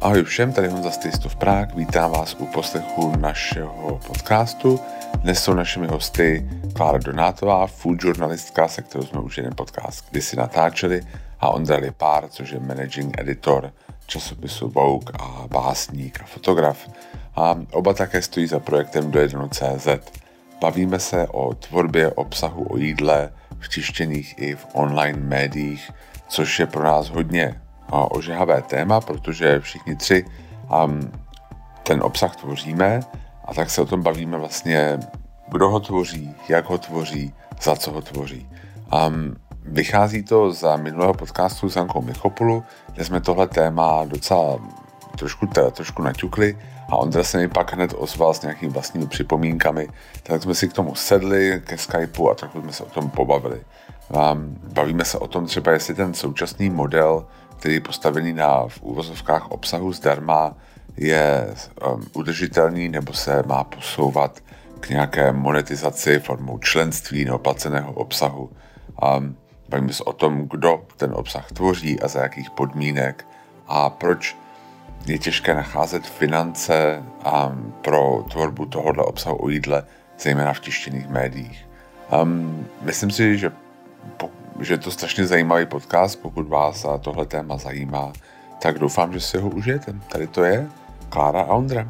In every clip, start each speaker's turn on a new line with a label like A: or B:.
A: Ahoj všem, tady Honza z Taste of Prague, vítám vás u poslechu našeho podcastu. Dnes jsou našimi hosty Klára Donátová, food žurnalistka, se kterou jsme už jeden podcast kdysi natáčeli, a Ondra Lipár, což je managing editor časopisu Vogue a básník a fotograf. A oba také stojí za projektem Dojedeno.cz. Bavíme se o tvorbě obsahu o jídle v tištěných i v online médiích, což je pro nás hodně ožehavé téma, protože všichni tři ten obsah tvoříme, a tak se o tom bavíme vlastně, kdo ho tvoří, jak ho tvoří, za co ho tvoří. Vychází to za minulého podcastu s Hankou Michopulu, kde jsme tohle téma docela trošku naťukli, a Ondra se mi pak hned ozval s nějakými vlastními připomínkami, tak jsme si k tomu sedli ke Skypeu a trochu jsme se o tom pobavili. Bavíme se o tom třeba, jestli ten současný model, který je postavený na v úvozovkách obsahu zdarma, je udržitelný nebo se má posouvat k nějaké monetizaci formou členství nebo placeného obsahu. Bavíme se o tom, kdo ten obsah tvoří a za jakých podmínek a proč je těžké nacházet finance pro tvorbu tohohle obsahu o jídle, zejména v tištěných médiích. Myslím si, že je to strašně zajímavý podcast. Pokud vás tohle téma zajímá, tak doufám, že si ho užijete. Tady to je Klára a Ondra.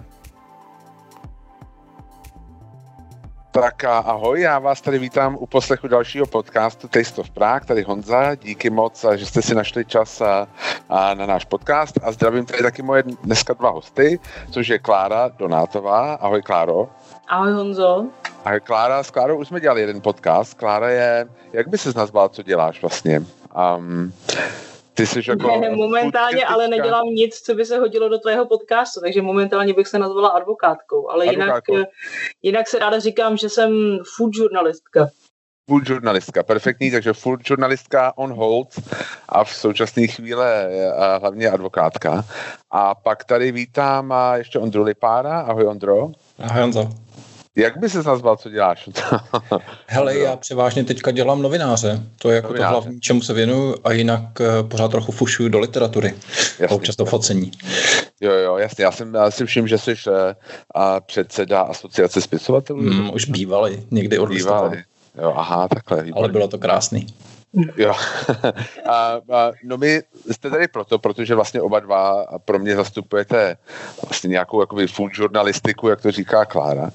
A: Tak ahoj, já vás tady vítám u poslechu dalšího podcastu Taste of Prague, tady Honza, díky moc, že jste si našli čas na náš podcast, a zdravím tady taky moje dneska dva hosty, což je Klára Donátová. Ahoj Kláro.
B: Ahoj Honzo.
A: Ahoj Klára, s Klárou už jsme dělali jeden podcast. Klára je, jak by ses nazvala, co děláš vlastně? Ty jsi jako...
B: Momentálně ale nedělám nic, co by se hodilo do tvého podcastu, takže momentálně bych se nazvala advokátkou, ale jinak se ráda říkám, že jsem food žurnalistka.
A: Food žurnalistka, perfektní, takže food žurnalistka on hold a v současné chvíle hlavně advokátka. A pak tady vítám ještě Ondru Lipára. Ahoj Ondro.
C: Ahoj Honzo.
A: Jak by ses nazval, co děláš?
C: Hele, já převážně teďka dělám novináře. To je jako to hlavní, čemu se věnuju, a jinak pořád trochu fušuju do literatury. A občas do focení.
A: Jo, jasně. Já si všiml, že jsi předseda asociace spisovatelů.
C: Už bývalý, někdy od listopadu.
A: Jo, aha, takhle. Výborný.
C: Ale bylo to krásný.
A: Jo. No my jste tady protože vlastně oba dva pro mě zastupujete vlastně nějakou jakoby food žurnalistiku, jak to říká Klára.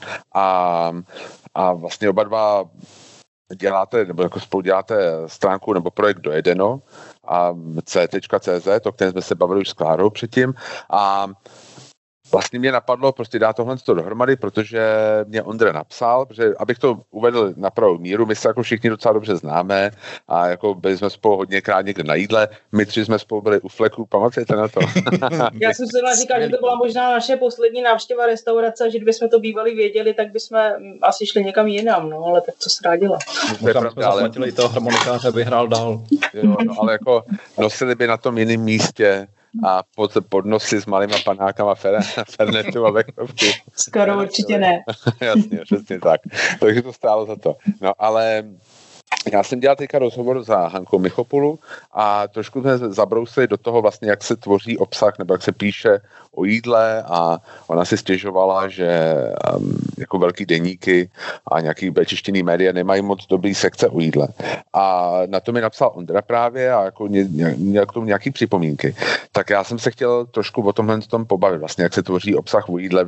A: A vlastně oba dva děláte, nebo jako spolu děláte stránku nebo projekt Dojedeno a c.cz, o kterém jsme se bavili už s Klárou předtím. A vlastně mě napadlo prostě dát tohle dohromady, protože mě Ondra napsal, protože abych to uvedl na pravou míru, my se jako všichni docela dobře známe a jako byli jsme spolu hodněkrát někde na jídle, my tři jsme spolu byli u Fleku, pamatujete na to?
B: Já jsem se říkal, že to byla možná naše poslední návštěva restaurace, že kdybychom to bývali věděli, tak bychom asi šli někam jinam, no, ale tak co se dá dělat.
C: Možná jsme zaplatili toho harmonikáře, aby hrál dál.
A: Jo, no, ale jako nosili by na tom jiném místě a podnosy s malýma panákama Fernetu a Vekrovky.
B: Skoro určitě ne.
A: Jasně, přesně tak. Takže to stálo za to. No, ale já jsem dělal teďka rozhovor za Hankou Michopulu a trošku jsme zabrousili do toho vlastně, jak se tvoří obsah nebo jak se píše o jídle, a ona si stěžovala, že jako velký deníky a nějaký bečištěný média nemají moc dobrý sekce o jídle. A na to mi napsal Ondra právě a jako k tomu nějaký připomínky. Tak já jsem se chtěl trošku o tomhle pobavit, vlastně jak se tvoří obsah o jídle v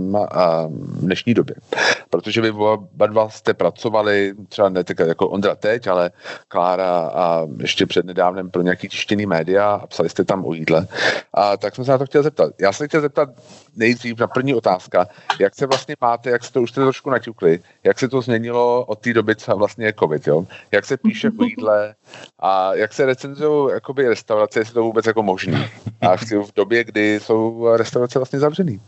A: dnešní době. Protože vy oba dva jste pracovali, třeba ne tak jako Ondra teď, ale Klára a ještě přednedávnem pro nějaký tištěný média a psali jste tam o jídle. A tak jsem se na to chtěl zeptat. Já se chtěl zeptat nejdřív na první otázka, jak se vlastně máte, jak se to už jste trošku naťukli, jak se to změnilo od té doby, co vlastně je covid, jo? Jak se píše o jídle a jak se recenzují jakoby restaurace, jestli to vůbec jako možný. A v době, kdy jsou restaurace vlastně zavřený.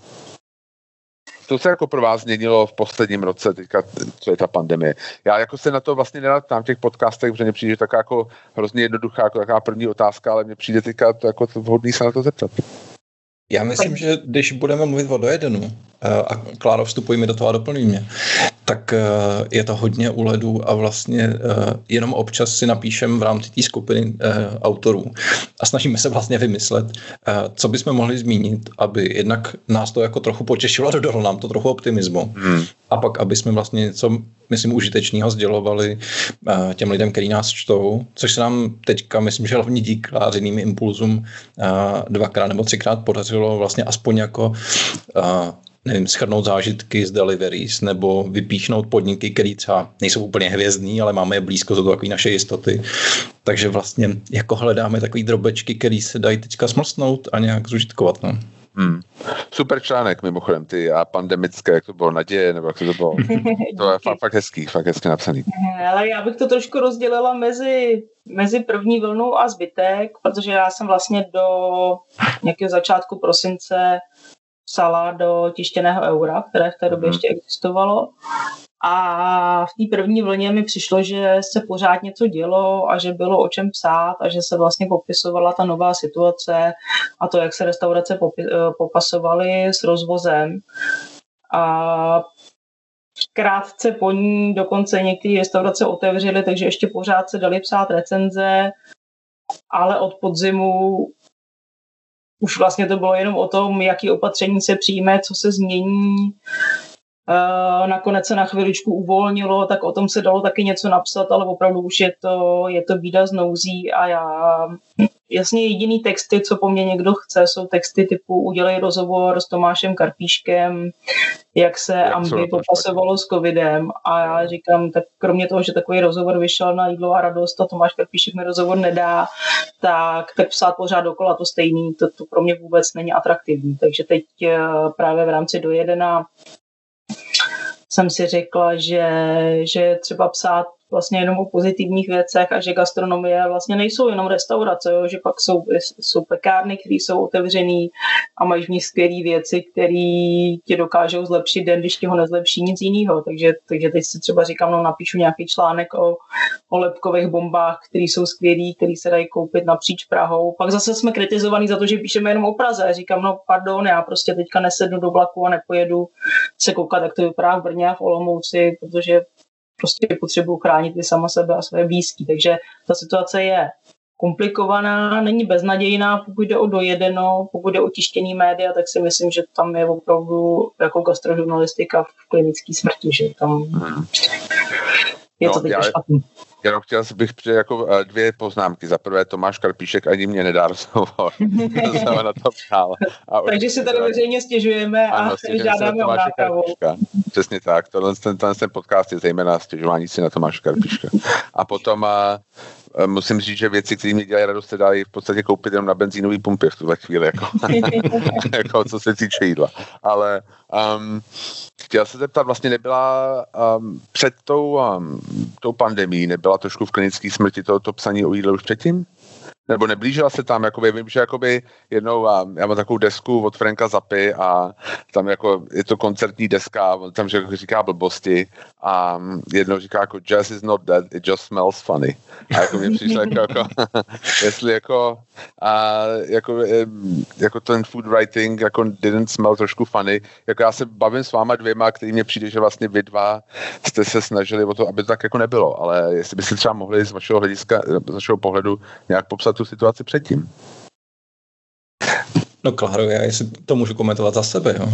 A: To se jako pro vás změnilo v posledním roce, teďka, co je ta pandemie. Já jako se na to vlastně nenadám v těch podcastech, protože mně přijde taková jako hrozně jednoduchá, jako taková první otázka, ale mně přijde teďka to jako vhodný se na to zeptat.
C: Já myslím, že když budeme mluvit o Dojedenu, a Kláro, vstupuj mi do toho a doplňuj mě, tak je to hodně u ledu a vlastně jenom občas si napíšem v rámci té skupiny autorů a snažíme se vlastně vymyslet, co bychom mohli zmínit, aby jednak nás to jako trochu potěšilo a dodalo nám to trochu optimismu. A pak, aby jsme vlastně něco, myslím, užitečného sdělovali těm lidem, kteří nás čtou, což se nám teďka, myslím, že hlavně díky Klářiným impulzům 2x nebo 3x podařilo vlastně aspoň jako nevím, shrnout zážitky z deliveries nebo vypíchnout podniky, které třeba nejsou úplně hvězdný, ale máme je blízko, jsou to takové naše jistoty. Takže vlastně jako hledáme takové drobečky, které se dají teďka smlsnout a nějak zužitkovat. No.
A: Super článek mimochodem, ty a pandemické, jak to bylo, naděje, nebo jak to bylo. To je fakt hezký napsaný.
B: Ale já bych to trošku rozdělila mezi první vlnou a zbytek, protože já jsem vlastně do nějakého začátku prosince psala do tištěného eura, které v té době ještě existovalo. A v té první vlně mi přišlo, že se pořád něco dělo a že bylo o čem psát a že se vlastně popisovala ta nová situace a to, jak se restaurace popasovaly s rozvozem. A krátce po ní dokonce některé restaurace otevřely, takže ještě pořád se daly psát recenze, ale od podzimu už vlastně to bylo jenom o tom, jaký opatření se přijme, co se změní. Nakonec se na chviličku uvolnilo, tak o tom se dalo taky něco napsat, ale opravdu už je to bída z nouzí a jasně jediný texty, co po mně někdo chce, jsou texty typu udělej rozhovor s Tomášem Karpíškem, jak se Ambi popasovalo s covidem a já říkám, tak kromě toho, že takový rozhovor vyšel na Jídlo a radost a Tomáš Karpíšek mi rozhovor nedá, tak psát pořád dokola to stejný, to pro mě vůbec není atraktivní, takže teď právě v rámci do 1 jsem si řekla, že třeba psát vlastně jenom o pozitivních věcech a že gastronomie vlastně nejsou jenom restaurace, jo? Že pak jsou pekárny, které jsou otevřený a mají v nich skvělé věci, které ti dokážou zlepšit den, když ti ho nezlepší nic jiného. Takže teď si třeba říkám, napíšu nějaký článek o lebkových bombách, které jsou skvělý, které se dají koupit napříč Prahou. Pak zase jsme kritizovaní za to, že píšeme jenom o Praze. Říkám, pardon, já prostě teďka nesednu do vlaku a nepojedu se koukat, jak to vypadá v Brně a v Olomouci, protože prostě potřebuji chránit i sama sebe a své blízký. Takže ta situace je komplikovaná, není beznadějná, pokud jde o do 1, pokud jde o tištěný média, tak si myslím, že tam je opravdu jako gastrožurnalistika v klinické smrti, že tam je to teď špatný.
A: Jenom chtěl bych přijít jako 2 poznámky. Za prvé, Tomáš Karpíšek ani mě nedá rozhovor. Na to ptál.
B: Takže si tady veřejně stěžujeme a žádáme o nápravu.
A: Přesně tak. Ten podcast je zejména stěžování si na Tomáše Karpíška. A potom musím říct, že věci, které mi dělají radost, se dají v podstatě koupit jenom na benzínový pumpě v tuhle chvíli, jako co se týče jídla. Ale chtěl se zeptat, vlastně nebyla před tou pandemií, nebyla trošku v klinické smrti to psaní o jídle už předtím? Nebo neblížila se tam, vím, že jednou, já mám takovou desku od Franka Zappy a tam je to koncertní deska, on tam říká blbosti a jednou říká jazz is not dead, it just smells funny. A mě přišlo jestli ten food writing didn't smell trošku funny, já se bavím s váma 2, který mně přijde, že vlastně vy 2 jste se snažili o to, aby to tak nebylo, ale jestli byste třeba mohli z vašeho hlediska, z vašeho pohledu nějak popsat tu situaci předtím.
C: No Kláro, já jestli to můžu komentovat za sebe, jo.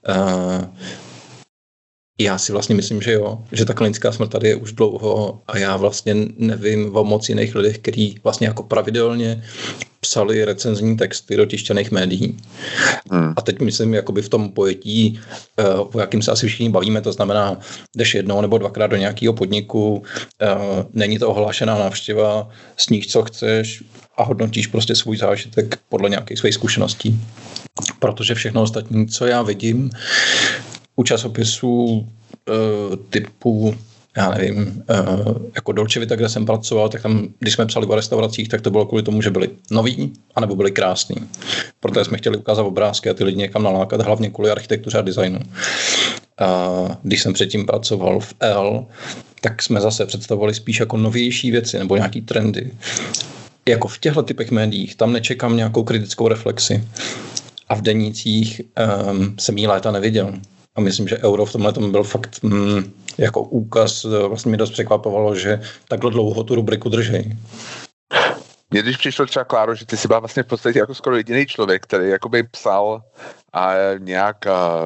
C: Já si vlastně myslím, že jo, že ta klinická smrt tady je už dlouho a já vlastně nevím o moc jiných lidech, kteří vlastně jako pravidelně psali recenzní texty do tištěných médií. A teď myslím, jakoby v tom pojetí, o jakým se asi všichni bavíme, to znamená, jdeš 1 nebo 2krát do nějakého podniku, není to ohlášená návštěva, sníš, co chceš a hodnotíš prostě svůj zážitek podle nějakých svých zkušeností. Protože všechno ostatní, co já vidím u časopisů typu, já nevím, jako Dolce Vita, kde jsem pracoval, tak tam, když jsme psali o restauracích, tak to bylo kvůli tomu, že byli noví, anebo byli krásní. Proto jsme chtěli ukázat obrázky a ty lidi někam nalákat, hlavně kvůli architektuře a designu. A když jsem předtím pracoval v L, tak jsme zase představovali spíš jako novější věci nebo nějaký trendy. Jako v těchto typech médiích, tam nečekám nějakou kritickou reflexi. A v denících jsem jí léta neviděl. a myslím, že euro v tomhle tom byl fakt jako úkaz, vlastně mě dost překvapovalo, že takhle dlouho tu rubriku drží.
A: Mně když přišlo třeba, Kláro, že ty jsi byl vlastně v podstatě jako skoro jediný člověk, který jakoby psal nějak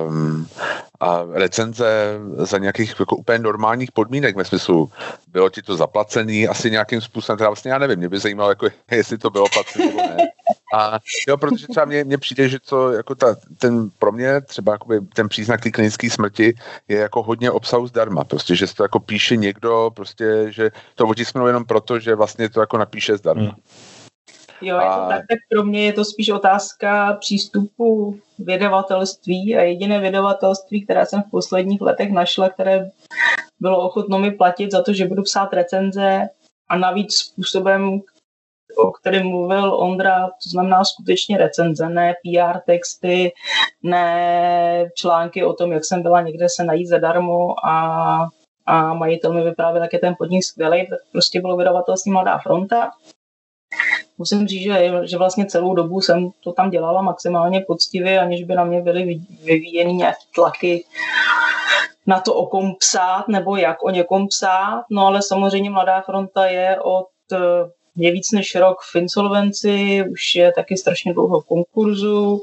A: recenze za nějakých jako úplně normálních podmínek, ve smyslu, bylo ti to zaplacený asi nějakým způsobem, teda vlastně já nevím, mě by zajímalo, jako, jestli to bylo placený nebo ne. A jo, protože třeba mně přijde, že to jako ten pro mě třeba jakoby ten příznak té klinické smrti je jako hodně obsahu zdarma, prostě, že se to jako píše někdo, prostě, že to otisknou jenom proto, že vlastně to jako napíše zdarma.
B: Jo, je to tak pro mě je to spíš otázka přístupu vydavatelství a jediné vydavatelství, které jsem v posledních letech našla, které bylo ochotno mi platit za to, že budu psát recenze a navíc způsobem, o kterém mluvil Ondra, to znamená skutečně recenze, ne PR texty, ne články o tom, jak jsem byla někde se najít zadarmo a majitel mi vyprávěl, jak je ten podnik skvělý, tak prostě bylo vydavatelství Mladá fronta. Musím říct, že vlastně celou dobu jsem to tam dělala maximálně poctivě, aniž by na mě byly vyvíjeny nějaké tlaky na to, o kom psát nebo jak o někom psát. No ale samozřejmě Mladá fronta je víc než rok v insolvenci, už je taky strašně dlouho v konkurzu.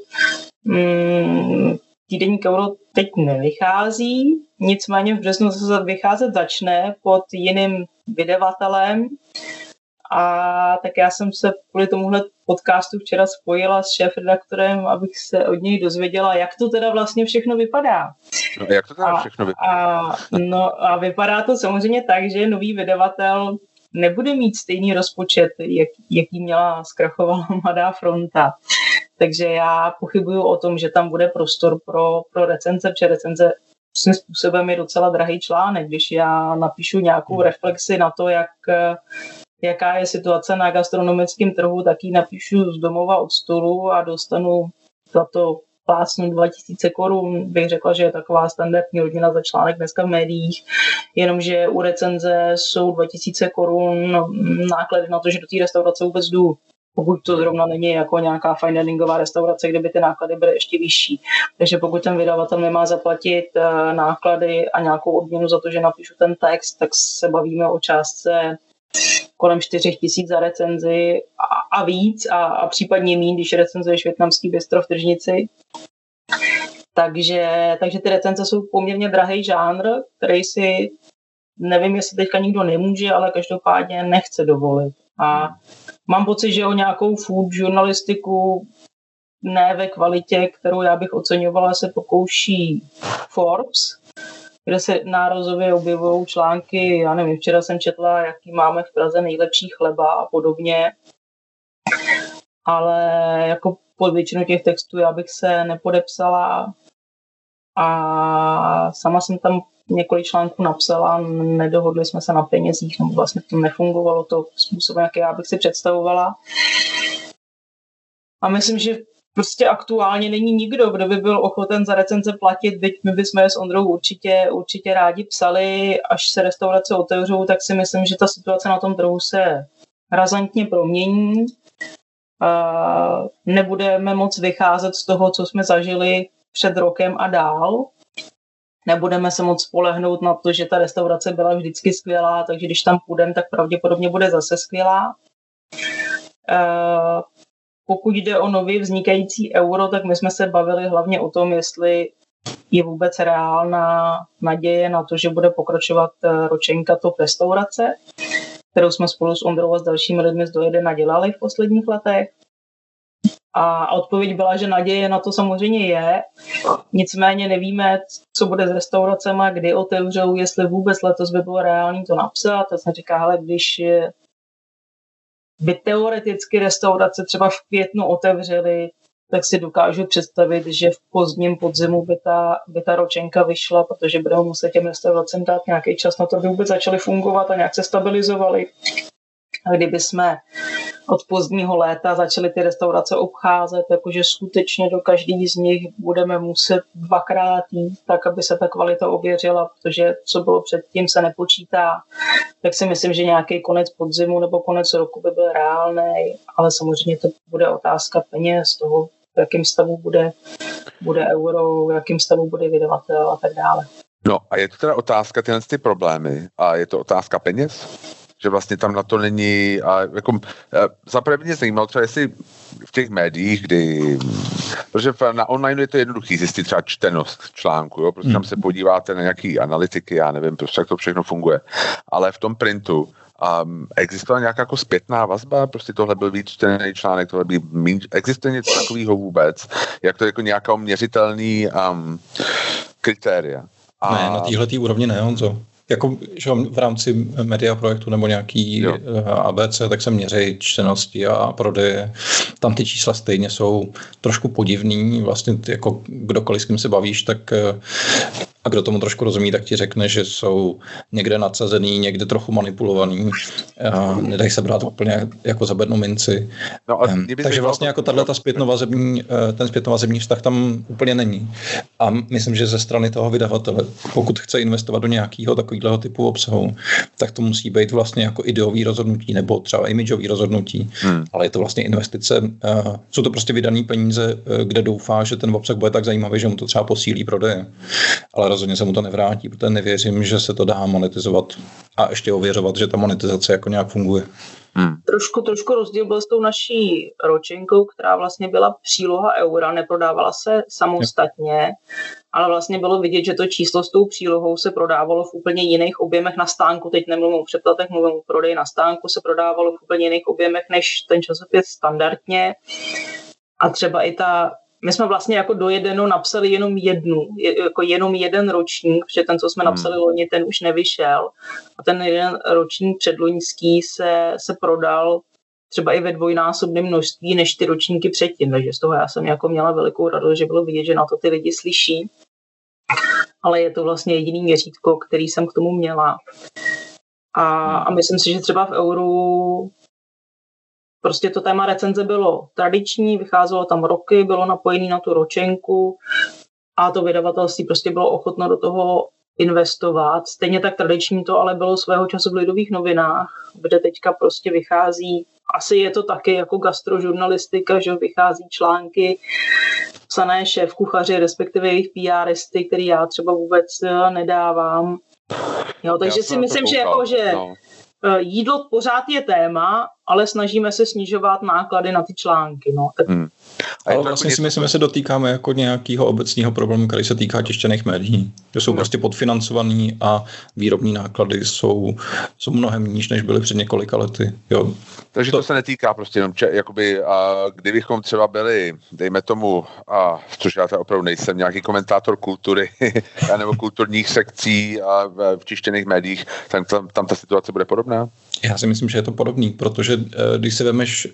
B: Týdeník Euro teď nevychází, nicméně v březnu se vycházet začne pod jiným vydavatelem. A tak já jsem se kvůli tomuhle podcastu včera spojila s šéfredaktorem, abych se od něj dozvěděla, jak to teda vlastně všechno vypadá.
A: No, jak to teda všechno vypadá?
B: A vypadá to samozřejmě tak, že nový vydavatel nebude mít stejný rozpočet, jaký měla zkrachovala Mladá fronta. Takže já pochybuju o tom, že tam bude prostor pro recenze, protože recenze svým způsobem je docela drahý článek. Když já napíšu nějakou reflexi na to, jaká je situace na gastronomickém trhu, tak ji napíšu z domova od stolu a dostanu za to plácnu 2000 korun. Bych řekla, že je taková standardní hodina za článek dneska v médiích, jenomže u recenze jsou 2000 korun náklady na to, že do té restaurace vůbec jdu. Pokud to zrovna není jako nějaká fine diningová restaurace, kde by ty náklady byly ještě vyšší. Takže pokud ten vydavatel nemá zaplatit náklady a nějakou odměnu za to, že napíšu ten text, tak se bavíme o částce kolem 4 000 za recenzi a víc a případně míň, když recenzuješ vietnamský bistro v tržnici. Takže ty recenze jsou poměrně drahý žánr, který si nevím, jestli teďka nikdo nemůže, ale každopádně nechce dovolit. A mám pocit, že o nějakou food žurnalistiku ne ve kvalitě, kterou já bych oceňovala, se pokouší Forbes, kde se nárazově objevují články, já nevím, včera jsem četla, jaký máme v Praze nejlepší chleba a podobně, ale jako pod většinu těch textů já bych se nepodepsala a sama jsem tam několik článků napsala, nedohodli jsme se na penězích, nebo vlastně to nefungovalo to způsobem, jak já bych si představovala. A myslím, že prostě aktuálně není nikdo, kdo by byl ochoten za recenze platit, byť my bychom je s Ondrou určitě rádi psali, až se restaurace otevřou, tak si myslím, že ta situace na tom trhu se razantně promění. Nebudeme moc vycházet z toho, co jsme zažili před rokem a dál. Nebudeme se moc spolehnout na to, že ta restaurace byla vždycky skvělá, takže když tam půjdeme, tak pravděpodobně bude zase skvělá. Pokud jde o nově vznikající euro, tak my jsme se bavili hlavně o tom, jestli je vůbec reálná naděje na to, že bude pokračovat ročenka top restaurace, kterou jsme spolu s Ondrou a s dalšími lidmi z Do1 dělali v posledních letech. A odpověď byla, že naděje na to samozřejmě je. Nicméně nevíme, co bude s restauracemi, kdy otevřou, jestli vůbec letos by bylo reálný to napsat. A jsem říká, hele, když by teoreticky restaurace třeba v květnu otevřely, tak si dokážu představit, že v pozdním podzimu by ta ročenka vyšla, protože budou muset těm restauracím dát nějaký čas na to, aby vůbec začaly fungovat a nějak se stabilizovaly. A kdyby jsme od pozdního léta začali ty restaurace obcházet, jakože skutečně do každý z nich budeme muset 2krát jít, tak aby se ta kvalita ověřila, protože co bylo předtím se nepočítá, tak si myslím, že nějaký konec podzimu nebo konec roku by byl reálný, ale samozřejmě to bude otázka peněz, toho, v jakém stavu bude euro, v jakém stavu bude vydavatel a tak dále.
A: No a je to teda otázka tyhle ty problémy a je to otázka peněz? Že vlastně tam na to není, a jako zaprvé mě zajímalo třeba, jestli v těch médiích, protože na online je to jednoduchý zjistit třeba čtenost článku, jo, protože tam se podíváte na nějaký analytiky, já nevím, prostě jak to všechno funguje, ale v tom printu existovala nějaká jako zpětná vazba, prostě tohle byl víc čtený článek, tohle byl existuje něco takového vůbec, jak to jako nějaká měřitelný kritéria.
C: Ne, na téhletý úrovni ne, Honzo. Jako že v rámci media projektu nebo nějaký ABC, tak se měří čtenosti a prodeje. Tam ty čísla stejně jsou trošku podivný. Vlastně jako kdokoliv s kým se bavíš, tak a kdo tomu trošku rozumí, tak ti řekne, že jsou někde nadsazený, někde trochu manipulovaný. Nedají se brát úplně jako za bednou minci. No takže vlastně jako ten zpětnovazební vztah tam úplně není. A myslím, že ze strany toho vydavatele, pokud chce investovat do nějakého takového typu obsahu, tak to musí být vlastně jako ideový rozhodnutí nebo třeba imageový rozhodnutí. Ale je to vlastně investice. Jsou to prostě vydaný peníze, kde doufá, že ten obsah bude tak zajímavý, že mu to třeba posílí prodeje. Ale rozhodně se mu to nevrátí, protože nevěřím, že se to dá monetizovat a ještě ověřovat, že ta monetizace jako nějak funguje.
B: Trošku rozdíl byl s tou naší ročenkou, která vlastně byla příloha eura, neprodávala se samostatně, ale vlastně bylo vidět, že to číslo s tou přílohou se prodávalo v úplně jiných objemech na stánku. Teď nemluvím o přeplatech, mluvím o prodeji na stánku, se prodávalo v úplně jiných objemech než ten časopis standardně. A třeba i my jsme vlastně jako do jedeno napsali jenom jeden ročník, protože ten, co jsme napsali loni, ten už nevyšel. A ten jeden ročník předloňský se prodal třeba i ve dvojnásobném množství než ty ročníky předtím. Takže z toho já jsem jako měla velikou radost, že bylo vidět, že na to ty lidi slyší. Ale je to vlastně jediný měřítko, který jsem k tomu měla. A myslím si, že třeba v euru prostě to téma recenze bylo tradiční, vycházelo tam roky, bylo napojené na tu ročenku a to vydavatelství prostě bylo ochotno do toho investovat. Stejně tak tradiční to ale bylo svého času v Lidových novinách, kde teďka prostě vychází, asi je to taky jako gastrožurnalistika, že vychází články psané šéfkuchaři, respektive jejich PRisty, který já třeba vůbec nedávám. Jo, takže si myslím, že jídlo pořád je téma, ale snažíme se snižovat náklady na ty články. No.
C: Ale vlastně si myslím, že se dotýkáme jako nějakého obecného problému, který se týká tištěných médií. Že jsou prostě podfinancovaný a výrobní náklady jsou mnohem níž, než byly před několika lety. Jo.
A: Takže to se netýká prostě jenom, kdybychom třeba byli, dejme tomu, což já opravdu nejsem, nějaký komentátor kultury nebo kulturních sekcí v tištěných médiích, tak tam ta situace bude podobná?
C: Já si myslím, že je to podobný, protože když si vemeš,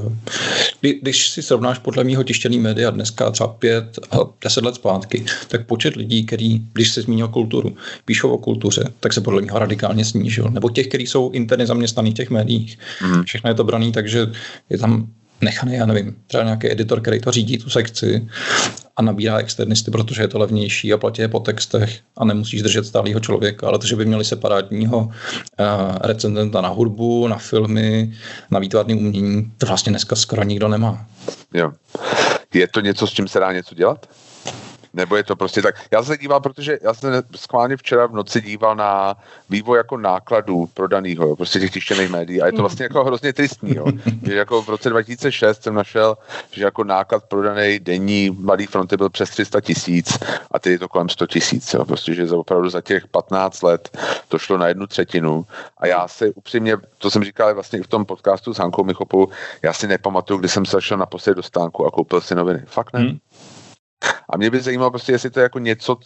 C: když si srovnáš podle mýho tištěný média dneska třeba 5 a 10 let zpátky, tak počet lidí, který, když se zmínil kulturu, píšou o kultuře, tak se podle mýho radikálně snížil. Nebo těch, kteří jsou interně zaměstnaní v těch médiích. Všechno je to braný, takže je tam nechaný, já nevím, třeba nějaký editor, který to řídí, tu sekci a nabírá externisty, protože je to levnější a platí je po textech a nemusíš držet stálýho člověka, ale to, že by měli separátního recenzenta na hudbu, na filmy, na výtvarné umění, to vlastně dneska skoro nikdo nemá.
A: Jo. Je to něco, s čím se dá něco dělat? Nebo je to prostě tak? Já se díval, protože já jsem schválně včera v noci díval na vývoj jako nákladů prodanýho, prostě těch tištěných médií a je to vlastně jako hrozně tristní, jo. Že jako v roce 2006 jsem našel, že jako náklad prodaný denní Mladý fronty byl přes 300 000 a teď je to kolem 100 000, jo. Prostě, že opravdu za těch 15 let to šlo na 1/3 a já si upřímně, to jsem říkal vlastně i v tom podcastu s Hankou Michopou, já si nepamatuju, kdy jsem se šel naposledy do stánku a koupil si noviny. Fakt ne. A mě by zajímalo prostě, jestli to je jako něco,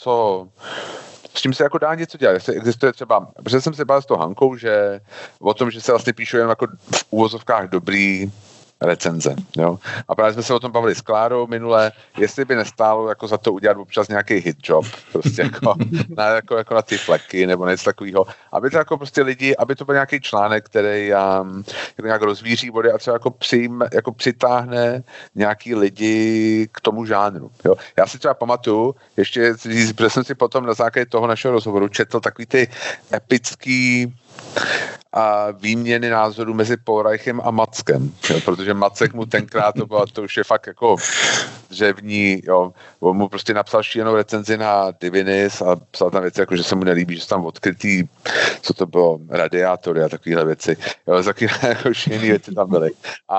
A: s čím se jako dá něco dělat. Jestli existuje třeba, protože jsem se bavil s tou Hankou, že o tom, že se vlastně píšou jen jako v úvozovkách dobrý recenze. Jo? A právě jsme se o tom bavili s Klárou minule, jestli by nestálo jako za to udělat občas nějaký hit job, prostě jako na ty fleky nebo něco takového, aby to jako prostě lidi, aby to byl nějaký článek, který jako nějak rozvíří vody a třeba jako přitáhne nějaký lidi k tomu žánru. Jo? Já si třeba pamatuju, ještě, protože jsem si potom na základě toho našeho rozhovoru četl takový ty epický a výměny názorů mezi Polreichem a Mackem, jo, protože Macek mu tenkrát to už je fakt jako dřevní, jo, on mu prostě napsal šílenou recenzi na Divinis a psal tam věci, jako že se mu nelíbí, že jsou tam odkrytý, co to bylo, radiátory a takovéhle věci, jo, takové jako šílené věci tam byly.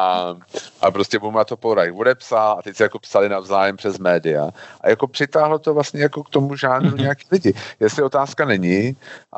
A: A prostě mu na to Polreich odepsal a teď se jako psali navzájem přes média a jako přitáhlo to vlastně jako k tomu žánru nějaký lidi. Jestli otázka není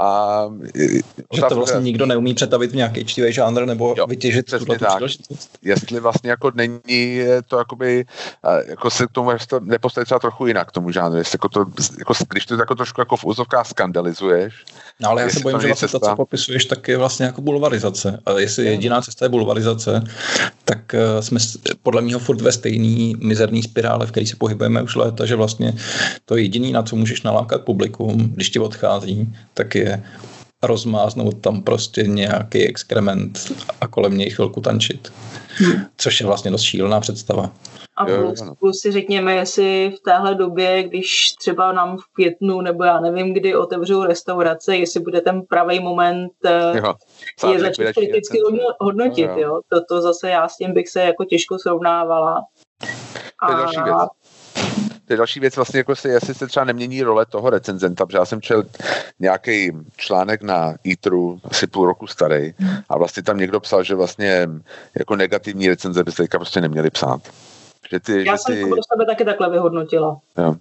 C: že to vlastně nikdo neumí přetavit v nějaký čtivý žánr nebo vytěžit tuto příležitost.
A: Jestli vlastně jako není to jakoby, jako se k tomu nepostavit třeba trochu jinak k tomu žánru, jestli jako když to jako trošku jako v úzovkách skandalizuješ.
C: No ale já se bojím, že vlastně to, co popisuješ, tak je vlastně jako bulvarizace. A jestli jediná cesta je bulvarizace, tak jsme podle mého furt ve stejný mizerný spirále, v který se pohybujeme už léta, že vlastně to jediný, na co můžeš nalákat publikum, když ti odchází, tak je rozmáznout tam prostě nějaký exkrement a kolem něj chvilku tančit. Což je vlastně dost šílená představa.
B: A plus si řekněme, jestli v téhle době, když třeba nám v květnu nebo já nevím, kdy otevřou restaurace, jestli bude ten pravý moment je začít kriticky hodnotit. Jo. To zase já s tím bych se jako těžko srovnávala.
A: To je další věc. To je další věc vlastně, jako jestli se třeba nemění role toho recenzenta, protože já jsem četl nějaký článek na Eateru, asi půl roku starý, a vlastně tam někdo psal, že vlastně jako negativní recenze by se teďka prostě neměli psát.
B: Já jsem to pro sebe taky takhle vyhodnotila.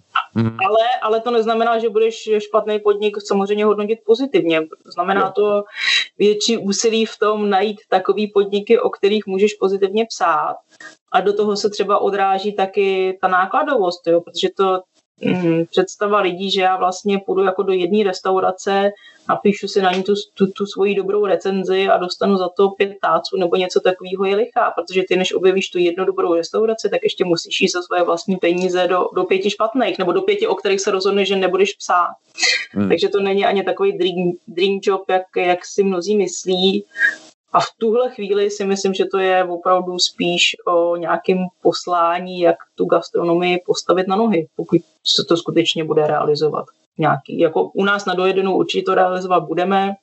B: Ale to neznamená, že budeš špatný podnik samozřejmě hodnotit pozitivně. Znamená to větší úsilí v tom najít takový podniky, o kterých můžeš pozitivně psát. A do toho se třeba odráží taky ta nákladovost, jo? Protože to představa lidí, že já vlastně půjdu jako do jedné restaurace, napíšu si na ní tu svoji dobrou recenzi a dostanu za to 5 táců nebo něco takového, je lichá, protože ty, než objevíš tu jednu dobrou restauraci, tak ještě musíš jít za svoje vlastní peníze do 5 špatných, nebo do 5, o kterých se rozhodneš, že nebudeš psát. Takže to není ani takový dream job, jak si mnozí myslí. A v tuhle chvíli si myslím, že to je opravdu spíš o nějakém poslání, jak tu gastronomii postavit na nohy, pokud se to skutečně bude realizovat. Jako u nás na Dojedenou určitě to realizovat budeme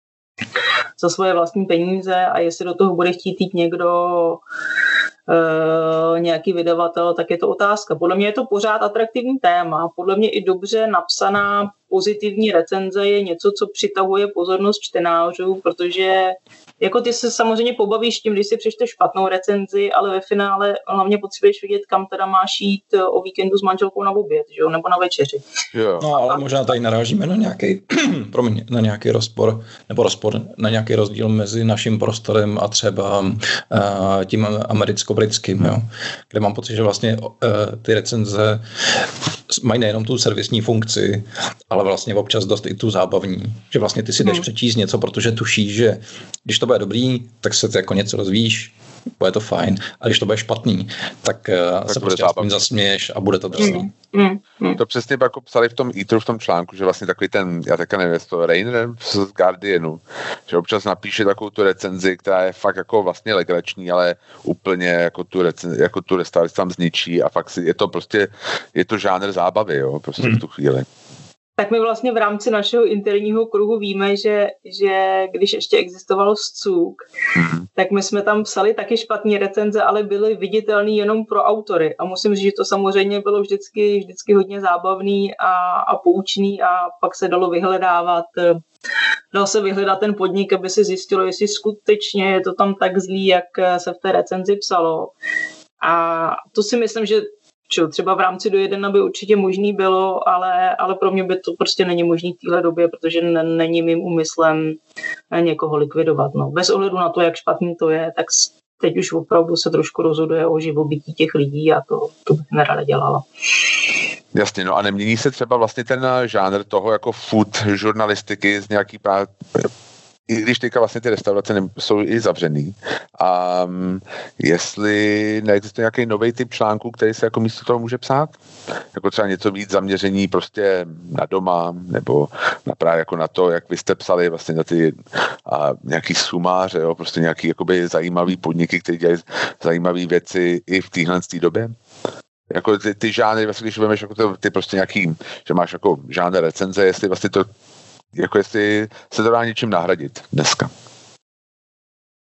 B: za svoje vlastní peníze a jestli do toho bude chtít jít někdo, nějaký vydavatel, tak je to otázka. Podle mě je to pořád atraktivní téma. Podle mě i dobře napsaná pozitivní recenze je něco, co přitahuje pozornost čtenářů, protože jako ty se samozřejmě pobavíš tím, když si přečteš špatnou recenzi, ale ve finále hlavně potřebuješ vidět, kam teda máš jít o víkendu s manželkou na oběd, že jo? Nebo na večeři.
C: No ale možná tady narážíme na nějaký, na nějaký rozpor, na nějaký rozdíl mezi naším prostorem a třeba tím americko-britským, jo? Kde mám pocit, že vlastně ty recenze mají nejenom tu servisní funkci, ale vlastně občas dost i tu zábavní. Že vlastně ty si jdeš přečíst něco, protože tušíš, že když to bude dobrý, tak se jako něco rozvíjíš, bude to fajn. A když to bude špatný, tak se prostě aspoň zasměješ a bude to drsný.
A: To přesně jako psali v tom Eateru, v tom článku, že vlastně takový ten, já teďka nevím, to Rainer z Guardianu, že občas napíše takovou tu recenzi, která je fakt jako vlastně legrační, ale úplně jako tu restauraci tam zničí a fakt je to žánr zábavy, jo, prostě v tu chvíli.
B: Tak my vlastně v rámci našeho interního kruhu víme, že když ještě existoval Scuk, tak my jsme tam psali taky špatné recenze, ale byly viditelný jenom pro autory. A musím říct, že to samozřejmě bylo vždycky hodně zábavný a poučný a pak se dalo vyhledávat. Dal se vyhledat ten podnik, aby se zjistilo, jestli skutečně je to tam tak zlý, jak se v té recenzi psalo. A to si myslím, že třeba v rámci Dojedena by určitě možný bylo, ale pro mě by to prostě není možný v téhle době, protože není mým úmyslem někoho likvidovat. No. Bez ohledu na to, jak špatný to je, tak teď už opravdu se trošku rozhoduje o živobytí těch lidí a to bych nerada dělala.
A: Jasně, no a nemění se třeba vlastně ten žánr toho jako food žurnalistiky z nějaký i když teďka vlastně ty restaurace jsou i zavřený. A jestli neexistuje nějaký nový typ článků, který se jako místo toho může psát? Jako třeba něco víc zaměření prostě na doma, nebo právě jako na to, jak vy jste psali vlastně na ty nějaký sumáře, jo? Prostě nějaký jakoby zajímavý podniky, které dělají zajímavé věci i v téhle době? Jako ty žánry, vlastně, když vemeš jako ty prostě nějaký, že máš jako žánr recenze, jestli vlastně to jako jestli se to dá něčím nahradit dneska.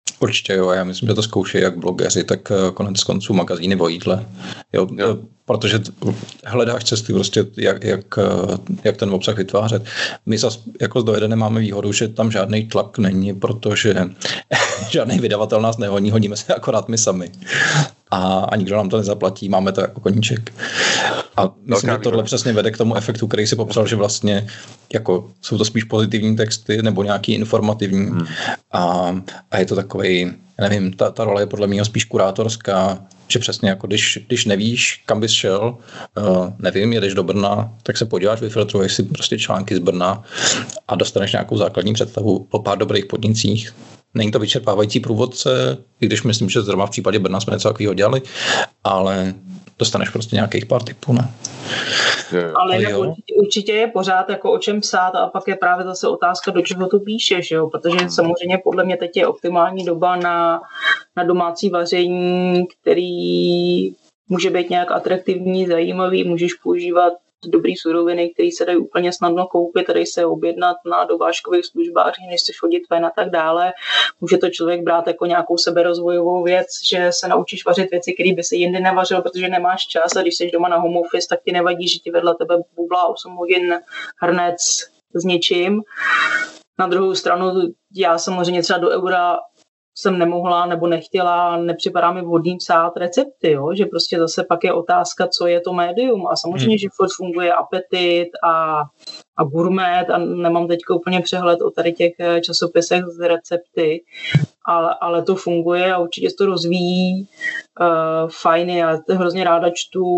C: Určitě jo, já myslím, že to zkoušejí jak blogeři, tak konec konců magazíny o jídle. Jo. Protože hledáš cesty prostě, jak ten obsah vytvářet. My zase jako z Dojede nemáme výhodu, že tam žádný tlak není, protože žádný vydavatel nás nehoní, honíme se akorát my sami. A nikdo nám to nezaplatí, máme to jako koníček. A myslím, že tohle přesně vede k tomu efektu, který si popsal, že vlastně jako jsou to spíš pozitivní texty nebo nějaký informativní. A je to takovej, nevím, ta role je podle mě spíš kurátorská, že přesně jako když nevíš, kam bys šel, nevím, jedeš do Brna, tak se podíváš, vyfiltruješ si prostě články z Brna a dostaneš nějakou základní představu o pár dobrých podnicích. Není to vyčerpávající průvodce, i když myslím, že zrovna v případě Brna jsme něco takového dělali, ale dostaneš prostě nějakých pár tipů, ne?
B: Ale určitě je pořád jako o čem psát a pak je právě zase otázka, do čeho to píšeš, jo? Protože samozřejmě podle mě teď je optimální doba na domácí vaření, který může být nějak atraktivní, zajímavý, můžeš používat dobrý suroviny, které se dají úplně snadno koupit, tady se objednat na dovážkových službách, než chceš chodit ven a tak dále. Může to člověk brát jako nějakou seberozvojovou věc, že se naučíš vařit věci, které by se jindy nevařil, protože nemáš čas a když jsi doma na home office, tak ti nevadí, že ti vedle tebe bublá 8 hodin hrnec s něčím. Na druhou stranu já samozřejmě třeba do eura jsem nemohla nebo nechtěla, nepřipadá mi vhodný psát recepty, jo? Že prostě zase pak je otázka, co je to médium a samozřejmě, že furt funguje Apetit a Gourmet a nemám teď úplně přehled o tady těch časopisech z recepty, ale to funguje a určitě se to rozvíjí fajn. Já hrozně ráda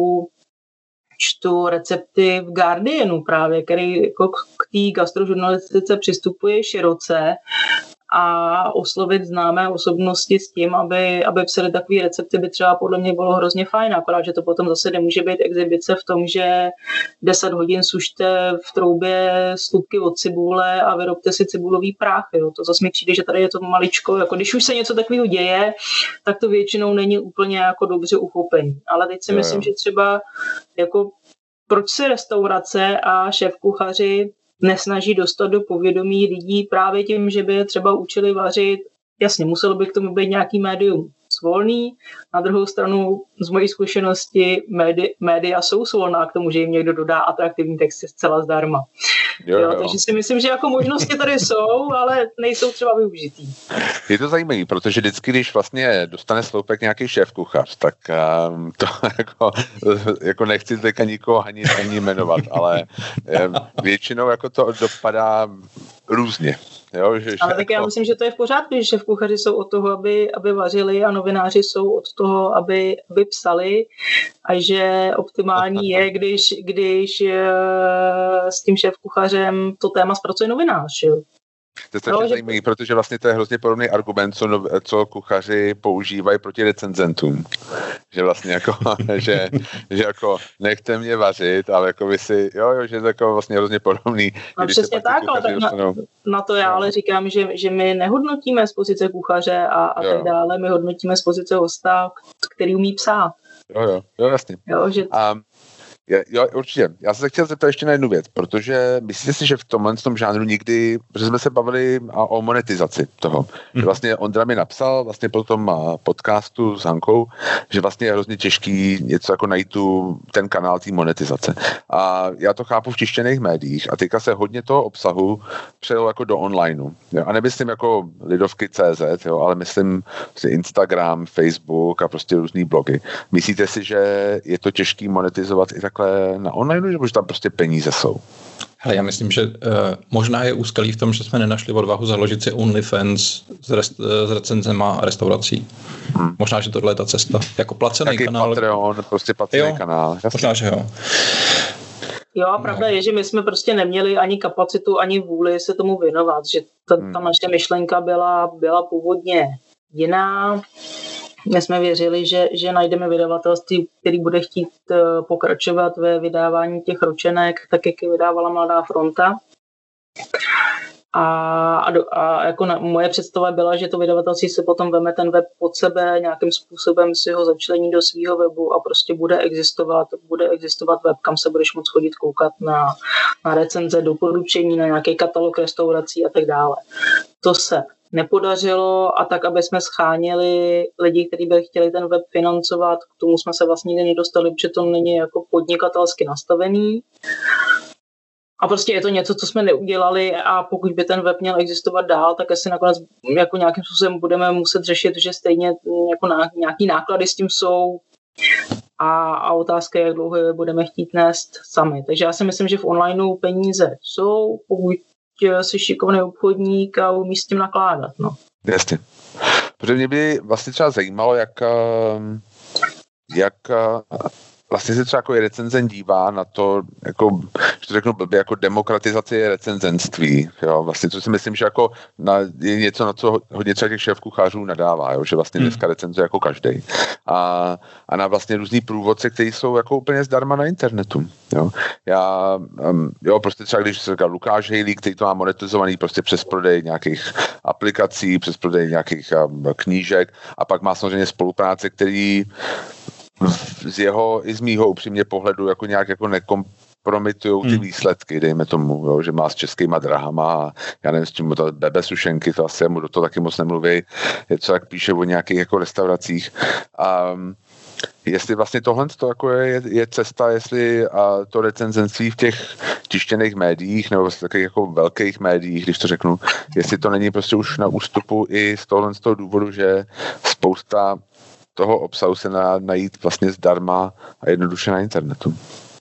B: čtu recepty v Guardianu právě, který jako k té gastrožurnalistice přistupuje široce a oslovit známé osobnosti s tím, aby psali takové recepty, by třeba podle mě bylo hrozně fajn, akorát, že to potom zase nemůže být exibice v tom, že 10 hodin sušte v troubě slupky od cibule a vyrobte si cibulový prach. Jo. To zase mi přijde, že tady je to maličko, jako když už se něco takového děje, tak to většinou není úplně jako dobře uchopení. Ale teď si myslím, že třeba jako proč si restaurace a šéfkuchaři nesnaží dostat do povědomí lidí právě tím, že by je třeba učili vařit. Jasně, muselo by k tomu být nějaký médium svolný. Na druhou stranu z mojí zkušenosti média jsou svolná k tomu, že jim někdo dodá atraktivní texty zcela zdarma. Jo. Takže si myslím, že jako možnosti tady jsou, ale nejsou třeba využitý.
A: Je to zajímavé, protože vždycky, když vlastně dostane sloupek nějaký šéfkuchař, tak to jako nechci teďka nikoho ani jmenovat, ale většinou jako to dopadá různě. Jo,
B: ale tak já myslím, že to je v pořádku, že šéfkuchaři jsou od toho, aby vařili a novináři jsou od toho, aby psali a že optimální je, když s tím šéfkuchařem to téma zpracuje novinář. Jo.
A: To je strašně zajímavý, protože vlastně to je hrozně podobný argument, co kuchaři používají proti recenzentům. Že vlastně jako, že jako nechte mě vařit, ale jako vy si, že je to jako vlastně hrozně podobný.
B: No přesně tak, ale tak na to já ale říkám, že my nehodnotíme z pozice kuchaře a tak dále, my hodnotíme z pozice hosta, který umí psát.
A: Jo, jasně.
B: Jo, že...
A: Jo, určitě. Já jsem se chtěl zeptat ještě na jednu věc, protože myslíte si, že v tom žánru nikdy, protože jsme se bavili o monetizaci toho, že vlastně Ondra mi napsal vlastně po tom podcastu s Hankou, že vlastně je hrozně těžký něco jako najít ten kanál té monetizace. A já to chápu v tištěných médiích a teďka se hodně toho obsahu přejelo jako do onlineu. Jo? A nemyslím jako lidovky.cz, ale myslím Instagram, Facebook a prostě různý blogy. Myslíte si, že je to těžký monetizovat i takhle na online, nebo že tam prostě peníze jsou?
C: Hele, já myslím, že možná je úskalí v tom, že jsme nenašli odvahu založit si OnlyFans s recenzema restaurací. Možná, že tohle je ta cesta. Jako placený kanál.
A: Patreon, prostě placený kanál. Jasně.
C: Možná, že jo.
B: Jo, a pravda je, že my jsme prostě neměli ani kapacitu, ani vůli se tomu věnovat, že ta naše myšlenka byla původně jiná. My jsme věřili, že najdeme vydavatelství, který bude chtít pokračovat ve vydávání těch ročenek, tak jak je vydávala Mladá fronta. A jako moje představa byla, že to vydavatelství si potom veme ten web pod sebe, nějakým způsobem si ho začlení do svého webu a prostě bude existovat web, kam se budeš moct chodit koukat na recenze, doporučení, na nějaký katalog restaurací a tak dále. To se nepodařilo a tak, aby jsme scháněli lidi, kteří by chtěli ten web financovat, k tomu jsme se vlastně nikdy nedostali, protože to není jako podnikatelsky nastavený. A prostě je to něco, co jsme neudělali a pokud by ten web měl existovat dál, tak asi nakonec jako nějakým způsobem budeme muset řešit, že stejně jako nějaký náklady s tím jsou a otázka je, jak dlouho je budeme chtít nést sami. Takže já si myslím, že v onlineu peníze jsou, pokud jsi šikovný obchodník a umíš s tím nakládat. No.
A: Jasně. Protože mě by vlastně třeba zajímalo, jak vlastně se třeba jako recenzent dívá na to, jako, že to řeknu blbě, jako demokratizaci recenzenství, jo, vlastně, co si myslím, že jako je něco, na co hodně třeba těch šéfkuchařů nadává, jo, že vlastně dneska recenzuje jako každej. A na vlastně různý průvodce, kteří jsou jako úplně zdarma na internetu, jo. Prostě třeba když se říká Lukáš Hejlík, který to má monetizovaný prostě přes prodej nějakých aplikací, přes prodej nějakých knížek a pak má samozřejmě spolupráce, který z jeho i z mýho upřímně pohledu jako nějak jako nekompromitujou ty výsledky, dejme tomu, jo, že má s českýma drahama a já nevím, s tím to Bebe Sušenky, to asi mu do toho taky moc nemluví, je co jak píše o nějakých jako restauracích. Jestli vlastně tohle jako je cesta, jestli to recenzenství v těch tištěných médiích nebo v takových jako velkých médiích, když to řeknu, jestli to není prostě už na ústupu i z toho důvodu, že spousta toho obsahu se najít vlastně zdarma a jednoduše na internetu.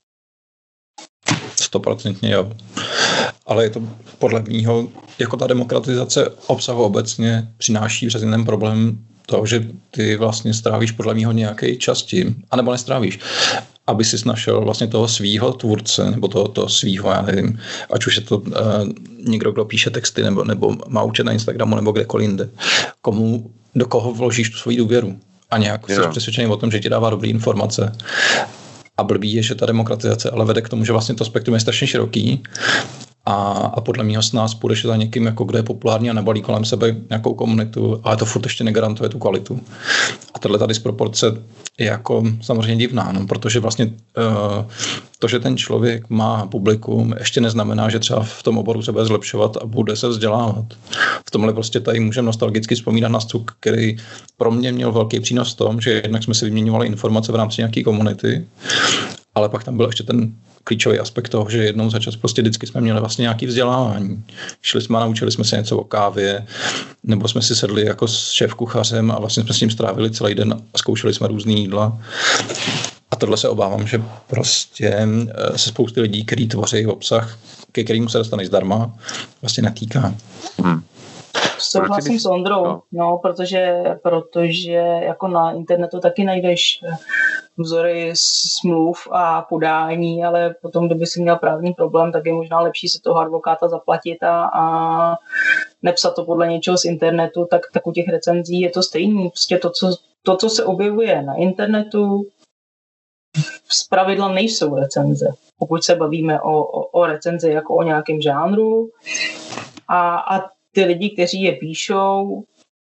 C: 100% jo. Ale je to podle mýho, jako ta demokratizace obsahu obecně přináší přes jeden problém toho, že ty vlastně strávíš podle mýho nějaký čas tím, anebo nestrávíš, aby si našel vlastně toho svýho tvůrce, nebo toho svýho, já nevím, ať už je to někdo, kdo píše texty, nebo má účet na Instagramu, nebo kdekoliv jinde. Do koho vložíš tu svoji důvěru? A nějak jsi přesvědčený o tom, že ti dává dobré informace. A blbý je, že ta demokratizace ale vede k tomu, že vlastně to spektrum je strašně široký a podle mého s nás půjdeš za někým, jako kdo je populární a nabalí kolem sebe nějakou komunitu, ale to furt ještě negarantuje tu kvalitu. A tato disproporce je jako samozřejmě divná, no, protože vlastně to, že ten člověk má publikum, ještě neznamená, že třeba v tom oboru se bude zlepšovat a bude se vzdělávat. V tomhle prostě tady můžeme nostalgicky vzpomínat na Stuk, který pro mě měl velký přínos v tom, že jednak jsme si vyměňovali informace v rámci nějaké komunity, ale pak tam byl ještě ten klíčový aspekt toho, že jednou za čas prostě vždycky jsme měli vlastně nějaké vzdělávání. Šli jsme a naučili jsme se něco o kávě, nebo jsme si sedli jako s šéfkuchařem a vlastně jsme s ním strávili celý den a zkoušeli jsme různý jídla. A tohle se obávám, že prostě se spousty lidí, kteří tvoří obsah, ke kterému se dostaneš zdarma, vlastně netýká.
B: Souhlasím s Ondrou, no, protože jako na internetu taky najdeš vzory smluv a podání, ale potom, kdyby si měl právní problém, tak je možná lepší si toho advokáta zaplatit a nepsat to podle něčeho z internetu, tak u těch recenzí je to stejný. Prostě to, co se objevuje na internetu, zpravidla nejsou recenze. Pokud se bavíme o recenzi jako o nějakém žánru a ty lidi, kteří je píšou,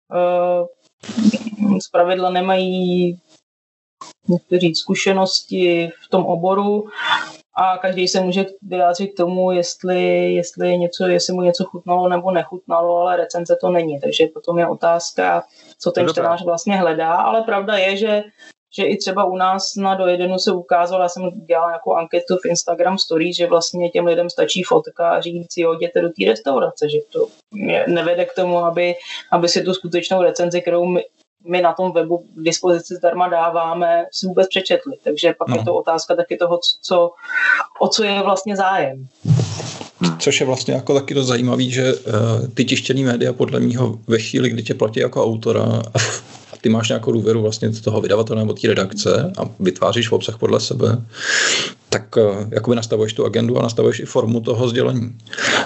B: zpravidla nemají někteří zkušenosti v tom oboru a každý se může vyjádřit k tomu, jestli mu něco chutnalo nebo nechutnalo, ale recenze to není. Takže potom je otázka, co ten čtenář vlastně hledá, ale pravda je, že i třeba u nás na Dojedenu se ukázalo, já jsem dělala nějakou anketu v Instagram Stories, že vlastně těm lidem stačí fotka a říct, jo, jděte do té restaurace, že to nevede k tomu, aby si tu skutečnou recenzi, kterou my na tom webu k dispozici zdarma dáváme, si vůbec přečetli. Takže pak je to otázka taky toho, o co je vlastně zájem.
C: Což je vlastně jako taky dost zajímavý, že ty tištěný média podle mýho ve chvíli, kdy tě platí jako autora a ty máš nějakou důvěru vlastně toho vydavatele nebo té redakce a vytváříš obsah podle sebe, tak jakoby nastavuješ tu agendu a nastavuješ i formu toho sdělení.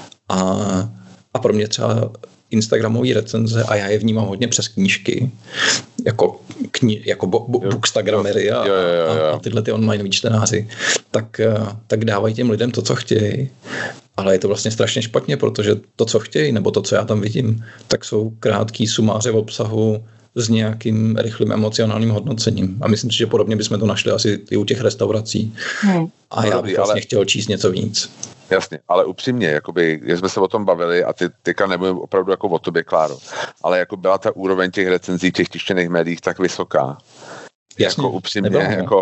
C: A pro mě třeba Instagramové recenze, a já je vnímám hodně přes knížky, jako bookstagramery a tyhle ty online čtenáři, tak dávají těm lidem to, co chtějí. ale je to vlastně strašně špatně, protože to, co chtějí, nebo to, co já tam vidím, tak jsou krátký sumáře v obsahu s nějakým rychlým emocionálním hodnocením. A myslím si, že podobně bychom to našli asi i u těch restaurací. A já bych vlastně chtěl číst něco víc.
A: Jasně, ale upřímně, jakoby, jak jsme se o tom bavili, a teďka nebudem opravdu jako o tobě, Kláro, ale jako byla ta úroveň těch recenzí v těch tištěných médiích tak vysoká.
C: Jasně,
A: jako upřímně, jako,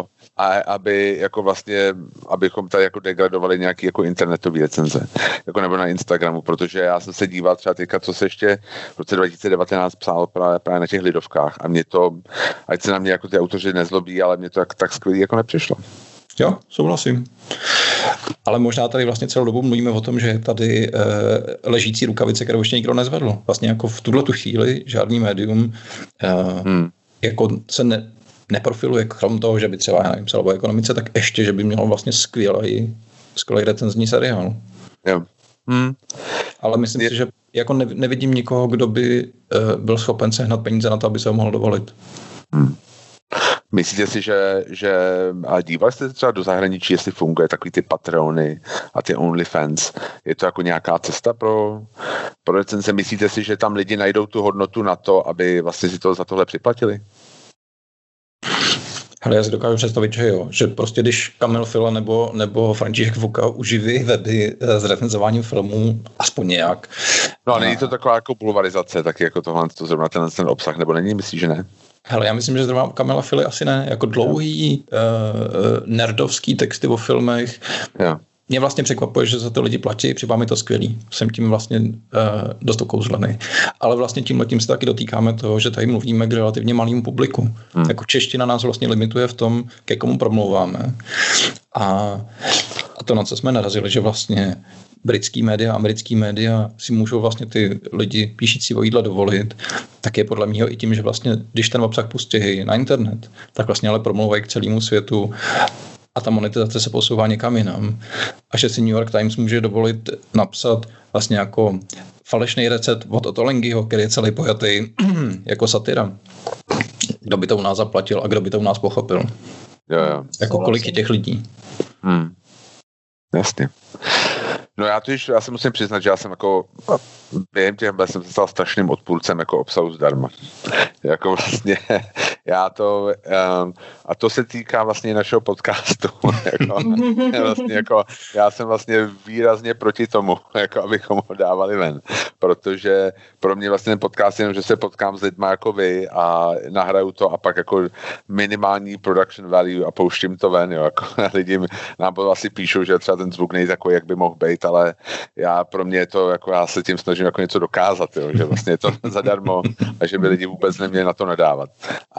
A: abychom tady jako degradovali nějaký jako internetový recenze, jako nebo na Instagramu, protože já jsem se díval třeba teďka, co se ještě v roce 2019 psalo právě na těch lidovkách a mě to, ať se na mě jako ty autoři nezlobí, ale mě to tak skvělý jako nepřišlo.
C: Jo, souhlasím. Ale možná tady vlastně celou dobu mluvíme o tom, že je tady ležící rukavice, kterou ještě nikdo nezvedl. Vlastně jako v tuhletu chvíli žádný médium jako se neprofiluje krom toho, že by třeba, já nevím, psal o ekonomice, tak ještě, že by mělo vlastně skvělý recenzní seriál.
A: Jo.
C: Ale myslím si, že jako nevidím nikoho, kdo by byl schopen sehnat peníze na to, aby se ho mohl dovolit.
A: Myslíte si, že a dívali jste třeba do zahraničí, jestli funguje takový ty Patreony a ty OnlyFans? Je to jako nějaká cesta pro recenze? Myslíte si, že tam lidi najdou tu hodnotu na to, aby vlastně si to za tohle připlatili?
C: Ale já si dokážu představit, že jo, že prostě když Kamil Fila nebo František Vuka uživí weby s recenzováním filmů, aspoň nějak.
A: No a není to taková jako bulvarizace, taky jako tohle, to zrovna ten obsah, nebo není? Myslíš, že ne?
C: Hele, já myslím, že zrovna Kamila Fily asi ne, jako dlouhý nerdovský texty o filmech.
A: Jo.
C: Mě vlastně překvapuje, že za to lidi platí, připadá mi to skvělý. Jsem tím vlastně dost okouzlený. Ale vlastně tímhletím se taky dotýkáme toho, že tady mluvíme k relativně malému publiku. Jako čeština nás vlastně limituje v tom, ke komu promlouváme. A to, na co jsme narazili, že vlastně britský média, americký média si můžou vlastně ty lidi píšící o jídle dovolit, tak je podle mého i tím, že vlastně, když ten obsah pustí na internet, tak vlastně ale promlouvají k celému světu a ta monetizace se posouvá někam jinam. A že si New York Times může dovolit napsat vlastně jako falešný recept od Otto Lengyho, který je celý pojatý jako satira. Kdo by to u nás zaplatil a kdo by to u nás pochopil.
A: Jo.
C: Jako kolik je těch lidí.
A: Jasně. No já se musím přiznat, že já jsem jako během těch jsem se stal strašným odpůrcem jako obsahu zdarma. Jako vlastně já to a to se týká vlastně našeho podcastu. Jako já jsem vlastně výrazně proti tomu, jako abychom ho dávali ven. Protože pro mě vlastně ten podcast jenom, že se potkám s lidma jako vy a nahraju to a pak jako minimální production value a pouštím to ven. Jo. Jako lidi nám asi píšou, že třeba ten zvuk není takový, jak by mohl být, ale pro mě je to, jako já se tím snažím jako něco dokázat, jo, že vlastně je to zadarmo a že by lidi vůbec neměli na to nadávat.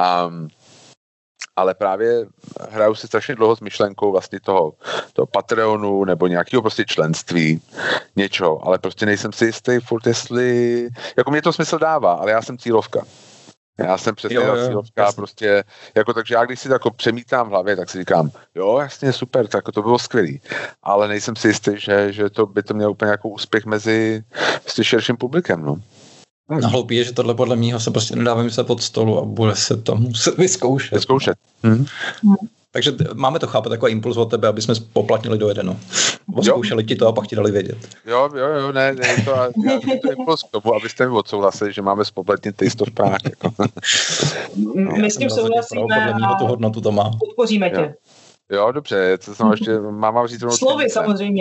A: Ale právě hraju si strašně dlouho s myšlenkou vlastně toho Patreonu nebo nějakého prostě členství, něčeho, ale prostě nejsem si jistý furt, jestli, jako mě to smysl dává, ale já jsem cílovka. Já jsem přesně cílovka prostě, jako takže já když si to jako přemítám v hlavě, tak si říkám, jo, jasně, super, tak to bylo skvělý, ale nejsem si jistý, že to by to mělo úplně jako úspěch mezi širším publikem, no.
C: No hloupý je, že tohle podle mýho se prostě nedá vymyslet pod stolu a bude se to muset vyzkoušet. Takže máme to chápat takový impuls od tebe, aby jsme poplatnili do jedeno. Zkoušeli ti to a pak ti dali vědět.
A: Jo, ne, to impuls k tomu, abyste mi odsouhlasili, že máme spoplatnit ty 100 Prah. Jako.
B: My s tím souhlasíme.
C: Podle mýho tu hodnotu to má.
B: Podpoříme tě.
A: Jo, dobře, co jsem ještě, mám říct...
B: Slovy samozřejmě.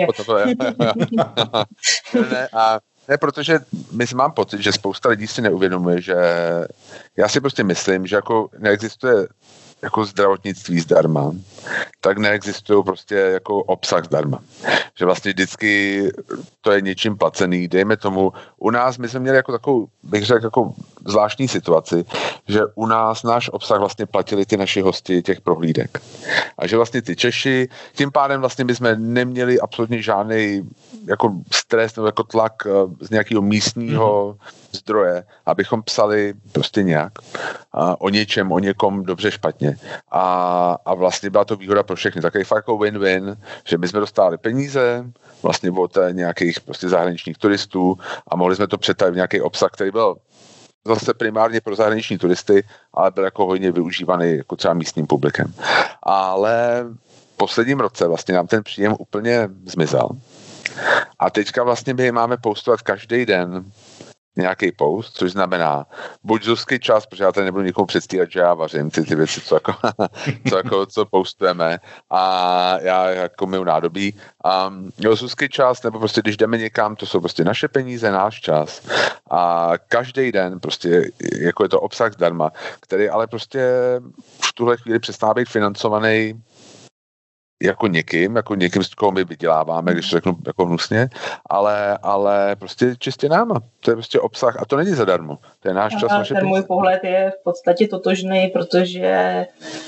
A: Ne, protože mám pocit, že spousta lidí si neuvědomuje, že já si prostě myslím, že jako neexistuje jako zdravotnictví zdarma, tak neexistují prostě jako obsah zdarma. Že vlastně vždycky to je něčím placený. Dejme tomu, u nás my jsme měli jako takovou, bych řekl, jako zvláštní situaci, že u nás náš obsah vlastně platili ty naši hosti těch prohlídek. A že vlastně ty Češi, tím pádem vlastně my jsme neměli absolutně žádný jako stres nebo jako tlak z nějakého místního zdroje, abychom psali prostě nějak o něčem, o někom dobře, špatně. A vlastně byla to výhoda pro všechny. Takový fakt jako win-win, že my jsme dostali peníze vlastně od nějakých prostě zahraničních turistů a mohli jsme to přetavit v nějaký obsah, který byl zase primárně pro zahraniční turisty, ale byl jako hodně využívaný jako třeba místním publikem. Ale v posledním roce vlastně nám ten příjem úplně zmizel. A teďka vlastně my máme postovat každý den nějaký post, což znamená buď Zuzky čas, protože já tady nebudu nikomu předstírat, že já vařím ty věci, co postujeme a já jako milu nádobí. Zuzky čas, nebo prostě když jdeme někam, to jsou prostě naše peníze, náš čas a každý den prostě jako je to obsah zdarma, který ale prostě v tuhle chvíli přestává být financovaný jako někým, z koho my vyděláváme, když to řeknu jako hnusně, ale prostě čistě náma. To je prostě obsah a to není zadarmo. To je náš čas, naše
B: peníze. Můj pohled je v podstatě totožný, protože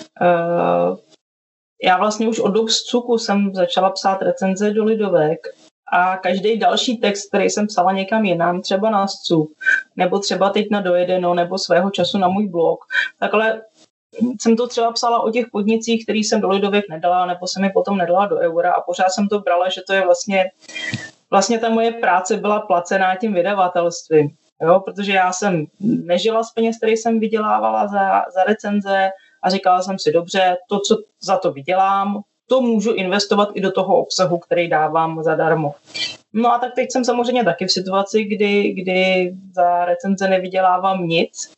B: já vlastně už od dob Scuku jsem začala psát recenze do Lidovek a každý další text, který jsem psala někam jinam, třeba na Scuk, nebo třeba teď na Dojedeno, nebo svého času na můj blog, takhle jsem to třeba psala o těch podnicích, který jsem do Lidovek nedala, nebo jsem je potom nedala do Eura a pořád jsem to brala, že to je vlastně ta moje práce byla placená tím vydavatelstvím, jo? Protože já jsem nežila z peněz, který jsem vydělávala za recenze a říkala jsem si, dobře, to, co za to vydělám, to můžu investovat i do toho obsahu, který dávám zadarmo. No a tak teď jsem samozřejmě taky v situaci, kdy za recenze nevydělávám nic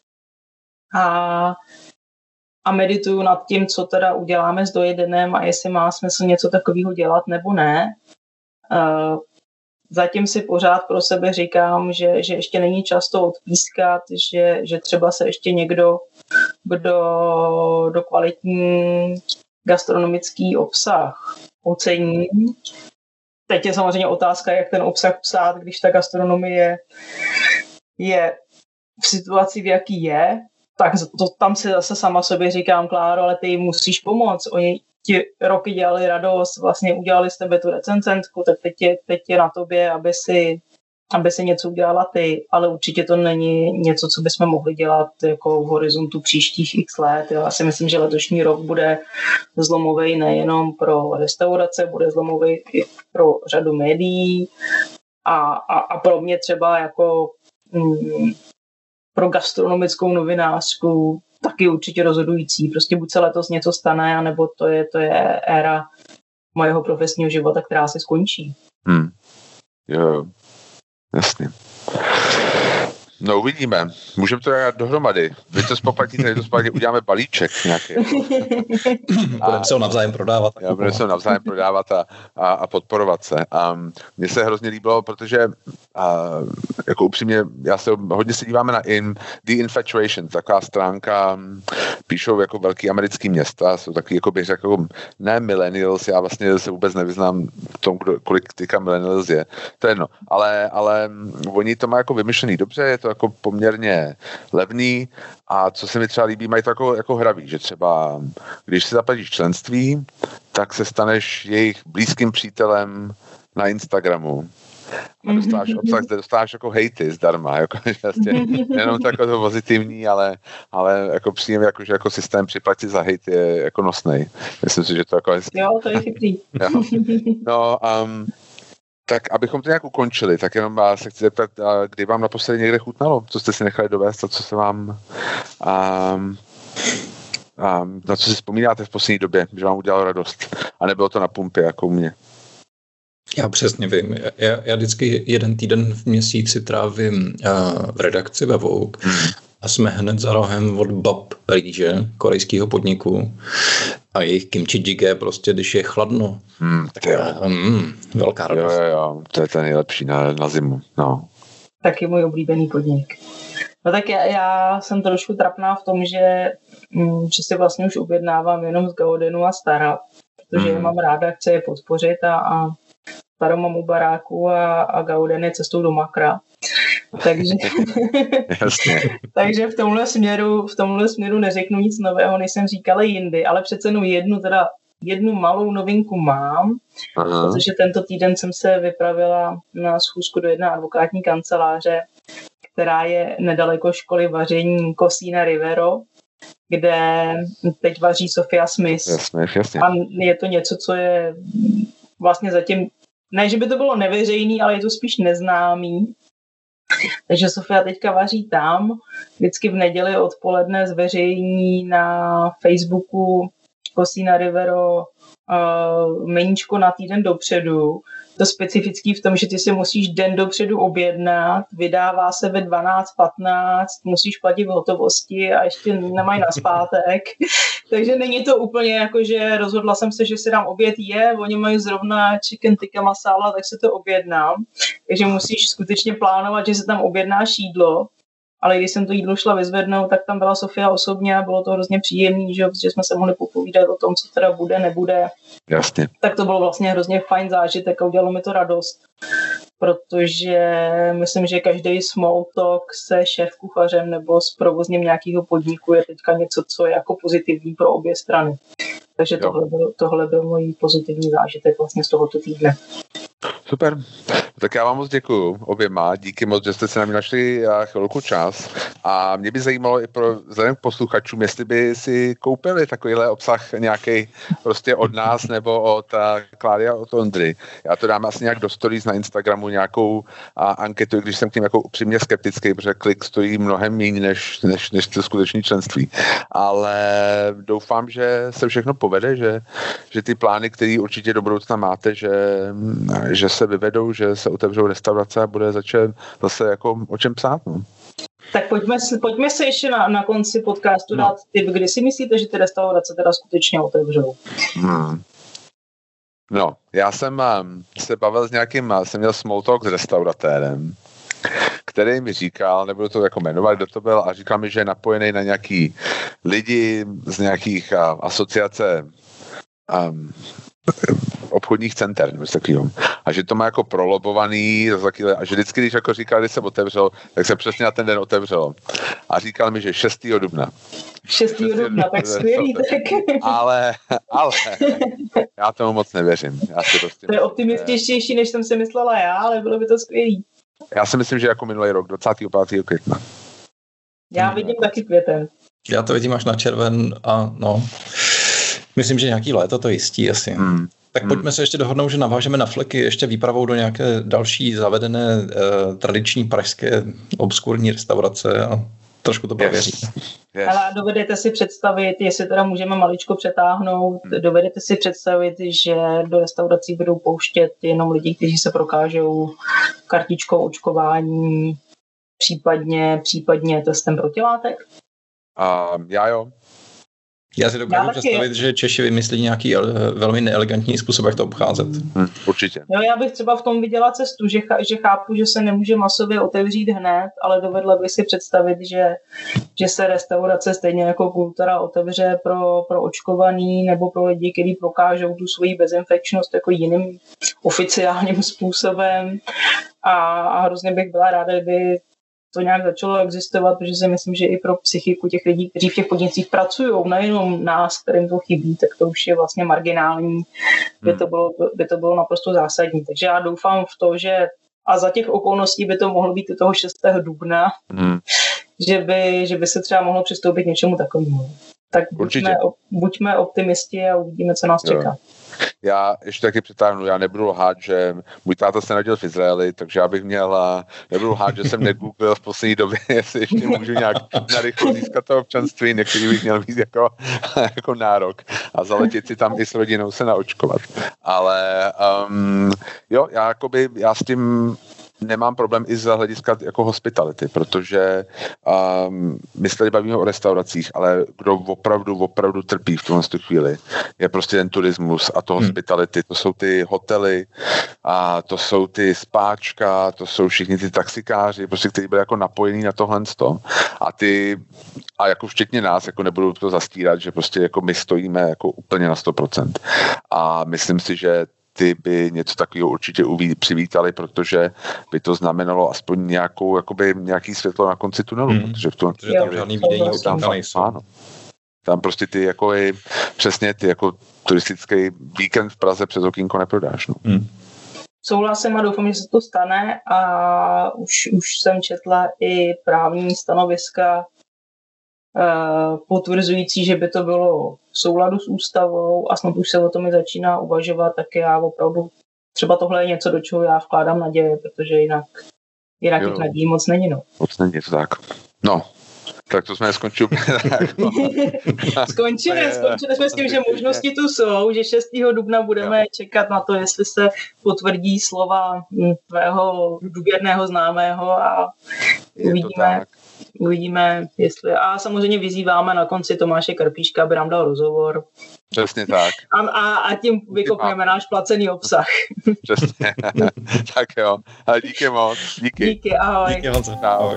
B: a medituju nad tím, co teda uděláme s Dojedenem a jestli má smysl něco takového dělat nebo ne. Zatím si pořád pro sebe říkám, že ještě není čas to odpískat, že třeba se ještě někdo, kdo do kvalitní gastronomický obsah ocení. Teď je samozřejmě otázka, jak ten obsah psát, když ta gastronomie je v situaci, v jaký je, tak tam si zase sama sobě říkám, Kláro, ale ty jim musíš pomoct. Oni ti roky dělali radost, vlastně udělali z tebe tu recenzentku, tak teď je na tobě, aby si něco udělala ty, ale určitě to není něco, co bychom mohli dělat jako v horizontu příštích x let. Já si myslím, že letošní rok bude zlomový nejenom pro restaurace, bude zlomový i pro řadu médií a pro mě třeba jako pro gastronomickou novinářku taky určitě rozhodující. Prostě buď se letos něco stane, anebo to je éra mojeho profesního života, která se skončí.
A: Jo, jasně. No uvidíme. Můžeme to dát dohromady. Vy to spoplatíte, uděláme balíček nějaký.
C: Budeme se ho navzájem prodávat.
A: Budeme se ho navzájem prodávat a podporovat se. Mně se hrozně líbilo, protože jako upřímně, hodně se díváme na The Infatuation, taková stránka, píšou jako velký americký města, jsou taky, jako bych řekl, ne millennials, já vlastně se vůbec nevyznám v tom, kolik teďka millennials je. To je jedno. Ale oni to mají jako vymyšlený dobře, je to jako poměrně levný a co se mi třeba líbí, mají to jako hraví, že třeba když si zaplatíš členství, tak se staneš jejich blízkým přítelem na Instagramu. A dostáváš jako hejty zdarma, jako vlastně, jenom takové to pozitivní, ale jako příjem, že jako systém připlatit za hejt je jako nosnej. Myslím si, že to jako hezký.
B: Jo, to je chytrý.
A: No, tak abychom to nějak ukončili, tak jenom se chci zeptat, kdy vám naposledy někde chutnalo, co jste si nechali dovést a co se vám na co si vzpomínáte v poslední době, že vám udělalo radost a nebylo to na pumpě jako u mě.
C: Já přesně vím. Já vždycky jeden týden v měsíci trávím v redakci ve Vogue a jsme hned za rohem od Bab rýže, korejského podniku a jejich kimchi jjigae prostě, když je chladno. Tak velká radost.
A: Jo, to je ten nejlepší na zimu. No.
B: Taky můj oblíbený podnik. No tak já jsem trošku trapná v tom, že si vlastně už objednávám jenom z Gaudenu a Stara, protože je mám ráda, chci je podpořit a Staru mám u baráku a Gauden je cestou do Makra. Takže v tomhle směru neřeknu nic nového, než jsem říkala jindy, ale přece jenom jednu malou novinku mám, protože tento týden jsem se vypravila na schůzku do jedné advokátní kanceláře, která je nedaleko školy vaření Cosina Rivero, kde teď vaří Sophia Smith.
A: Jasně.
B: A je to něco, co je vlastně zatím, ne, že by to bylo neveřejný, ale je to spíš neznámý. Takže Sofia teďka vaří tam. Vždycky v neděli odpoledne zveřejní na Facebooku Cosina Rivero meníčko na týden dopředu. to specifický v tom, že ty si musíš den dopředu objednat, vydává se ve 12:15, musíš platit v hotovosti a ještě nemají naspátek. Takže není to úplně jako, že rozhodla jsem se, že si dám oběd oni mají zrovna chicken tikka masala, tak se to objednám. Takže musíš skutečně plánovat, že se tam objednáš jídlo. Ale když jsem to jídlo šla vyzvednout, tak tam byla Sofia osobně a bylo to hrozně příjemný, že jsme se mohli popovídat o tom, co teda bude, nebude.
A: Jasně.
B: Tak to bylo vlastně hrozně fajn zážitek a udělalo mi to radost, protože myslím, že každý small talk se šéfkuchařem nebo s provozním nějakého podniku je teďka něco, co je jako pozitivní pro obě strany. Takže tohle byl můj pozitivní zážitek vlastně z tohoto týdne.
A: Super. Tak já vám moc děkuju oběma. Díky moc, že jste se nám našli chvilku čas. A mě by zajímalo i vzhledem k posluchačům, jestli by si koupili takovýhle obsah nějaký prostě od nás nebo od Kláry a od Ondry. Já to dám asi nějak do stories na Instagramu, nějakou anketu, když jsem k tím jako upřímně skeptický, protože klik stojí mnohem méně než to skutečné členství. Ale doufám, že se všechno povede, že ty plány, které určitě do budoucna máte, že se vyvedou, že se otevřou restaurace a bude začít zase jako o čem psát. No.
B: Tak pojďme se ještě na konci podcastu dát tip, kdy si myslíte, že ty restaurace teda skutečně otevřou?
A: No, já jsem se bavil jsem měl small talk s restauratérem, který mi říkal, nebudu to jako jmenovat, kdo to byl, a říkal mi, že je napojený na nějaký lidi z nějakých asociace obchodních center, nebo takového. A že to má jako prolobovaný, a že vždycky, když jako říkal, když se otevřel, tak se přesně na ten den otevřelo. A říkal mi, že 6. dubna.
B: 6. dubna, tak skvělý, tak.
A: Ale já tomu moc nevěřím.
B: To je optimističtější, než jsem si myslela já, ale bylo by to skvělý.
A: Já si myslím, že jako minulý rok, 25. května.
B: Já vidím taky květen.
C: Já to vidím až na červen a no... Myslím, že nějaký léto to jistí asi. Tak pojďme se ještě dohodnout, že navážeme na fleky ještě výpravou do nějaké další zavedené tradiční pražské obskurní restaurace a trošku to prověří.
A: Yes.
B: Ale dovedete si představit, jestli teda můžeme maličko přetáhnout, dovedete si představit, že do restaurací budou pouštět jenom lidi, kteří se prokážou kartičkou očkování, případně testem protilátek?
A: Já jo.
C: Já si dokážu představit, že Češi vymyslí nějaký velmi neelegantní způsob, jak to obcházet.
A: Určitě.
B: No, já bych třeba v tom viděla cestu, že chápu, že se nemůže masově otevřít hned, ale dovedla bych si představit, že se restaurace stejně jako kultura otevře pro očkovaný nebo pro lidi, kteří prokážou tu svoji bezinfekčnost jako jiným oficiálním způsobem. A hrozně bych byla ráda, kdyby to nějak začalo existovat, protože si myslím, že i pro psychiku těch lidí, kteří v těch podnicích pracují, nejenom nás, kterým to chybí, tak to už je vlastně marginální, by to bylo naprosto zásadní. Takže já doufám v to, že a za těch okolností by to mohlo být i toho 6. dubna, že by se třeba mohlo přistoupit k něčemu takovému. Tak buďme optimisti a uvidíme, co nás čeká.
A: Já ještě taky přitáhnu, já nebudu lhát, že můj táta se narodil v Izraeli, takže já bych nebudu lhát, že jsem negooglil v poslední době, jestli ještě můžu nějak narychlo získat to občanství, některý bych měl mít jako nárok a zaletět si tam i s rodinou se naočkovat. Ale jo, já s tím nemám problém i z hlediska jako hospitality, protože my se tady bavíme o restauracích, ale kdo opravdu trpí v tuhle chvíli, je prostě ten turismus a to hospitality, to jsou ty hotely a to jsou ty spáčka, to jsou všichni ty taxikáři, prostě, kteří byli jako napojení na tohle a jako včetně nás, jako nebudu to zastírat, že prostě jako my stojíme jako úplně na 100%. A myslím si, že ty by něco takového určitě přivítali, protože by to znamenalo aspoň nějaký světlo na konci tunelu. Protože v tom
C: žádný výdejní okýnka nejsou.
A: Tam prostě ty jako přesně ty jako turistický víkend v Praze přes okýnko neprodáš. No.
B: Souhlasím a doufám, že se to stane a už jsem četla i právní stanoviska potvrzující, že by to bylo v souladu s ústavou a snad už se o tom i začíná uvažovat, tak já opravdu třeba tohle je něco, do čeho já vkládám naděje, protože jinak těch nadějí moc není. No.
A: Moc není to tak. No, Tak to jsme skončili.
B: Skončili jsme s tím, že možnosti tu jsou, že 6. dubna budeme čekat na to, jestli se potvrdí slova tvého důvěrného známého a uvidíme, jestli... A samozřejmě vyzýváme na konci Tomáše Karpíška, aby nám dal rozhovor.
A: Přesně tak.
B: A tím vykopneme náš placený obsah.
A: Přesně. Tak jo. A díky moc.
B: Díky, ahoj.
C: Díky, Honzo. Ahoj.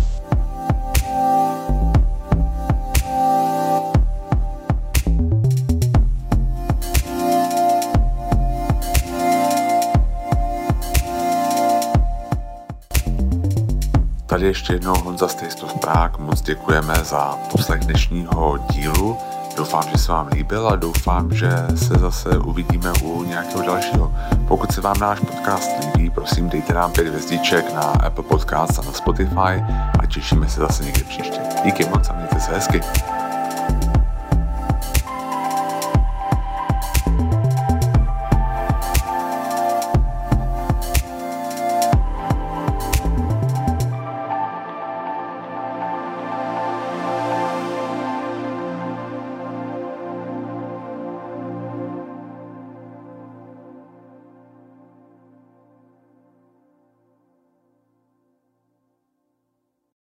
A: Tady ještě jednou Honza z Taste of Prague. Moc děkujeme za poslech dnešního dílu. Doufám, že se vám líbil a doufám, že se zase uvidíme u nějakého dalšího. Pokud se vám náš podcast líbí, prosím dejte nám 5 hvězdiček na Apple Podcast a na Spotify a těšíme se zase někdy příště. Díky moc a mějte se hezky.